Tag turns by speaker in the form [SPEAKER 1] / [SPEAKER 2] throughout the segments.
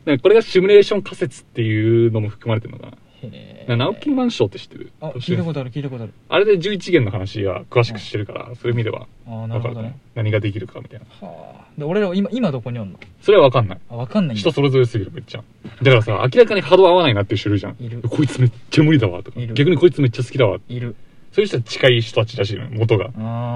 [SPEAKER 1] なんかこれがシミュレーション仮説っていうのも含まれてるのかな。直木マンションって知ってる？
[SPEAKER 2] あ、聞いたことある聞いたことある。
[SPEAKER 1] あれで11元の話は詳しくしてるから、それ見れば
[SPEAKER 2] なるほどね。
[SPEAKER 1] 何ができるかみたいな。
[SPEAKER 2] はあ。で俺ら今どこにおんの？
[SPEAKER 1] それは分かんない。
[SPEAKER 2] 分かんないんだ。
[SPEAKER 1] 人それぞれすぎるめっちゃ。だからさ、明らかに波動合わないなっていう人いるじゃん。
[SPEAKER 2] いる。
[SPEAKER 1] こいつめっちゃ無理だわとか、逆にこいつめっちゃ好きだわ。
[SPEAKER 2] いる。
[SPEAKER 1] そういう人は近い人たちらしいのよ、元が。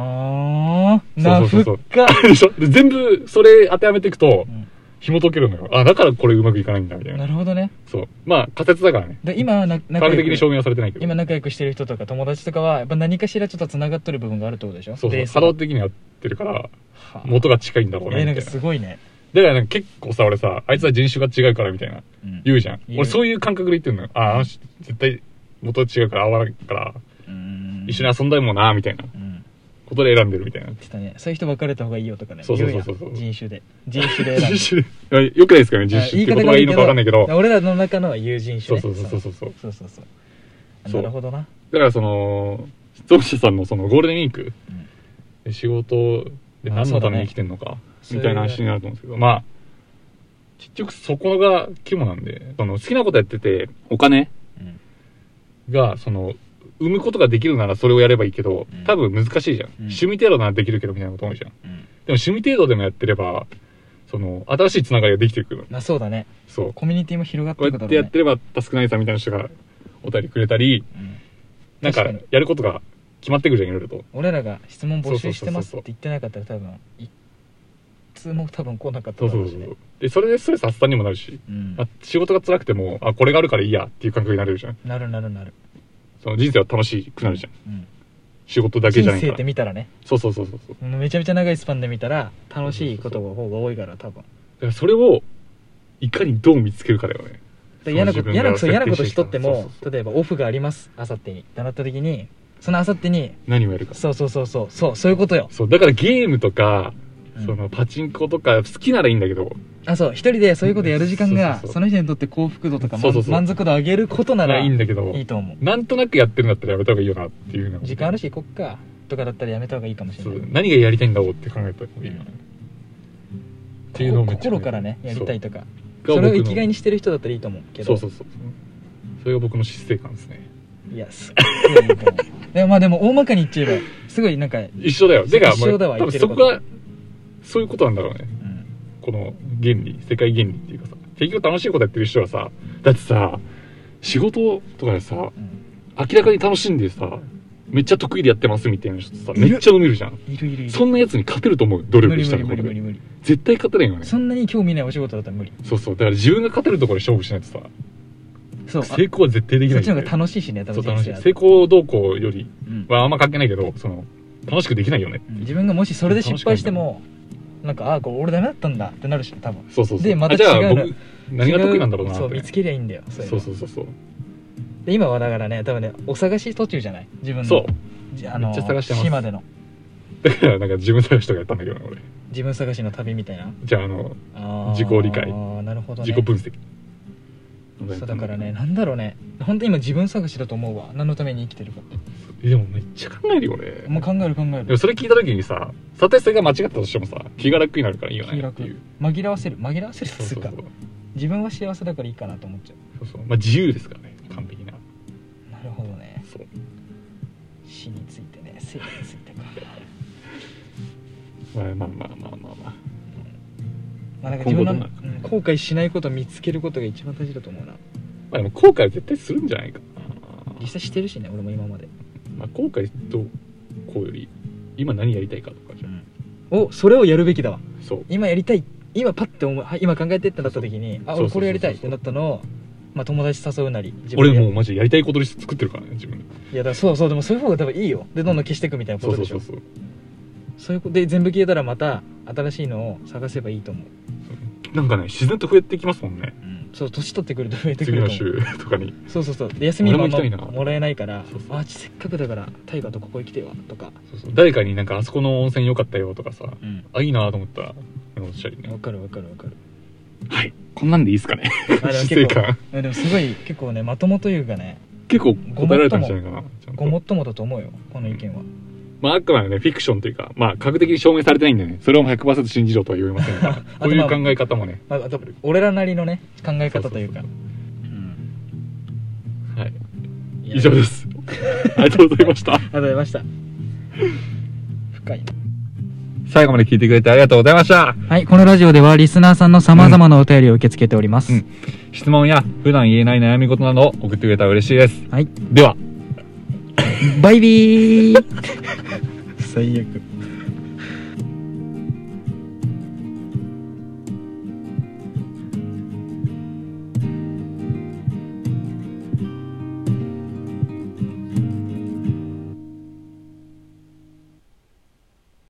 [SPEAKER 2] そう
[SPEAKER 1] で全部それ当てはめていくと、紐解けるのよ。だからこれうまくいかないんだみたいな。
[SPEAKER 2] なるほどね。
[SPEAKER 1] そう。まあ仮説だからね。
[SPEAKER 2] で今
[SPEAKER 1] 科学的に証明はされてないけど。
[SPEAKER 2] 今仲良くしてる人とか友達とかはやっぱ何かしらちょっと繋がっとる部分があるってことでしょ。
[SPEAKER 1] そうそう。波動的にやってるから元が近いんだろうね。
[SPEAKER 2] なんかすごいね。
[SPEAKER 1] だからなんか結構さ、俺さ、あいつは人種が違うからみたいな言うじゃん。俺そういう感覚で言ってるのよ。絶対元が違うから合わないから一緒に遊んだいもんなみたいなことで選んでるみたいな。
[SPEAKER 2] そういう人別れた方がいいよとかね。
[SPEAKER 1] そう。
[SPEAKER 2] 人種で選ん
[SPEAKER 1] で。よくないですかね、人種って言葉がいいのか分かんないけど。
[SPEAKER 2] 俺らの中のは友人種ね。
[SPEAKER 1] そう。
[SPEAKER 2] なるほどな。
[SPEAKER 1] だからゾウシさんのそのゴールデンウィーク仕事で何のために生きてんのかみたいな話になると思うんですけど、まあ結局そこが肝なんで、好きなことやっててお金が生むことができるならそれをやればいいけど、多分難しいじゃん。趣味程度ならできるけどみたいなこと多いじゃん。でも趣味程度でもやってれば新しいつながりができてくる。
[SPEAKER 2] そうだね。
[SPEAKER 1] そう。
[SPEAKER 2] コミュニティも広がって
[SPEAKER 1] いくことだね。こうやってやってればタスクナイさんみたいな人がお便りくれたり、なんかやることが決まってくるじゃん、いろいろと。
[SPEAKER 2] 俺らが質問募集してますって言ってなかったら多分いつも多分来なかっただろうしね。
[SPEAKER 1] でそれでストレス発散にもなるし、仕事が辛くてもこれがあるからいいやっていう感覚になれるじゃん。
[SPEAKER 2] なる。
[SPEAKER 1] 人生は楽しくなるじゃん。仕事だけじゃないから。
[SPEAKER 2] 人生って見たらね。
[SPEAKER 1] そう。
[SPEAKER 2] めちゃめちゃ長いスパンで見たら楽しいことの方が多いから多分。だ
[SPEAKER 1] からそれをいかにどう見つけるかだよね。
[SPEAKER 2] 嫌なことしとっても、例えばオフがありますあさってにってなった時に、そのあさってに
[SPEAKER 1] 何をやるか。
[SPEAKER 2] そういうことよ。
[SPEAKER 1] だからゲームとかパチンコとか好きならいいんだけど、
[SPEAKER 2] 一人でそういうことやる時間がその人にとって幸福度とか満足度上げることなら
[SPEAKER 1] いいんだけど、
[SPEAKER 2] いいと思う。
[SPEAKER 1] なんとなくやってるんだったらやめた方がいいよなっていうの。
[SPEAKER 2] 時間あるし行こっかとかだったらやめた方がいいかもしれない。
[SPEAKER 1] 何がやりたいんだろうって考えた方がいいよね。っていうのを
[SPEAKER 2] 心からねやりたいとか、それを生きがいにしてる人だったらいいと思うけど。そ
[SPEAKER 1] れが僕の死生観ですね。
[SPEAKER 2] いやすっごいいいと思う。でも大まかに言っちゃえばすごいなんか
[SPEAKER 1] 一緒だよ。
[SPEAKER 2] 一緒だわ。
[SPEAKER 1] 多分そこがそういうことなんだろうね。この原理、世界原理っていうかさ、結局楽しいことやってる人はさ、だってさ、仕事とかでさ、明らかに楽しんでさ、めっちゃ得意でやってますみたいな人さ、めっちゃ飲めるじゃん。
[SPEAKER 2] いる。
[SPEAKER 1] そんなやつに勝てると思う。努力したらことで。絶対勝てないよね。
[SPEAKER 2] そんなに興味ないお仕事だったら無理。
[SPEAKER 1] だから自分が勝てるところで勝負しないとさ、成功は絶対できない。
[SPEAKER 2] そっちの方が楽しいしね、多分。
[SPEAKER 1] 楽しい。成功動向よりはあんま関係ないけど、楽しくできないよね。
[SPEAKER 2] 自分がもしそれで失敗しても、なんかこれ俺ダメだったんだってなるし、多分。
[SPEAKER 1] でまたじゃあ僕何が得意なんだろうなって。
[SPEAKER 2] 見つけりゃいいんだよ。
[SPEAKER 1] そう。
[SPEAKER 2] で今はだからね、多分ね、お探し途中じゃない？自分の。
[SPEAKER 1] そう。めっちゃ探してます。
[SPEAKER 2] 島での。
[SPEAKER 1] だからなんか自分探しとかやったんだけどね、俺。
[SPEAKER 2] 自分探しの旅みたいな。
[SPEAKER 1] じゃあ自己理解。
[SPEAKER 2] なるほどね。
[SPEAKER 1] 自己分析。
[SPEAKER 2] そうだからね、なんだろうね。本当に今自分探しだと思うわ。何のために生きてるかって。
[SPEAKER 1] でもめっちゃ考えるよね。
[SPEAKER 2] もう考える。で
[SPEAKER 1] もそれ聞いた時にさ、さてそれが間違ったとしてもさ、気が楽になるからいいよねっていう。
[SPEAKER 2] 紛らわせるっていうか、自分は幸せだからいいかなと思っちゃ
[SPEAKER 1] う。まあ自由ですからね、完璧な。
[SPEAKER 2] なるほどね。死についてね、生についてか。
[SPEAKER 1] まあ
[SPEAKER 2] なんか自分の後悔しないことを見つけることが一番大事だと思うな。
[SPEAKER 1] でも後悔は絶対するんじゃないかな。
[SPEAKER 2] 実際してるしね、俺も今まで。
[SPEAKER 1] 後悔どうこうより今何やりたいかとかじゃん。
[SPEAKER 2] それをやるべきだわ。
[SPEAKER 1] 今
[SPEAKER 2] やりたい、今パッて今考えてってなった時に、俺これやりたいってなったのを、友達誘うなり。
[SPEAKER 1] 俺もうマジでやりたいことリスト作ってるからね、自分で。
[SPEAKER 2] いやだからでもそういう方が多分いいよ。でどんどん消していくみたいなことでしょ。そういうことで全部消えたらまた新しいのを探せばいいと思う。
[SPEAKER 1] なんかね、自然と増えてきますもんね。
[SPEAKER 2] 年取ってくると増えてくると思う。
[SPEAKER 1] 次の週とかに。
[SPEAKER 2] で休みももらえないから、せっかくだから大河とここ行きてよとか。
[SPEAKER 1] 誰かになんかあそこの温泉良かったよとかさ、いいなと思ったらおっしゃるね。
[SPEAKER 2] わかる。
[SPEAKER 1] はい、こんなんでいいですかね。
[SPEAKER 2] でもすごい結構ね、まともというかね、
[SPEAKER 1] 結構答えられたんじゃないかな。
[SPEAKER 2] ごもっともだと思うよ、この意見は。
[SPEAKER 1] まああくまでねフィクションというか、まあ科学的に証明されてないんでね、それを 100% 信じろとは言えませんがこういう考え方もね、
[SPEAKER 2] あと俺らなりのね考え方というか、
[SPEAKER 1] はい、以上です。ありがとうございました。
[SPEAKER 2] ありがとうございました。深いね。
[SPEAKER 1] 最後まで聞いてくれてありがとうございました。
[SPEAKER 2] はい、このラジオではリスナーさんの様々なお便りを受け付けております。
[SPEAKER 1] 質問や普段言えない悩み事などを送ってくれたら嬉しいです。
[SPEAKER 2] はい。
[SPEAKER 1] では、
[SPEAKER 2] バイビー最悪。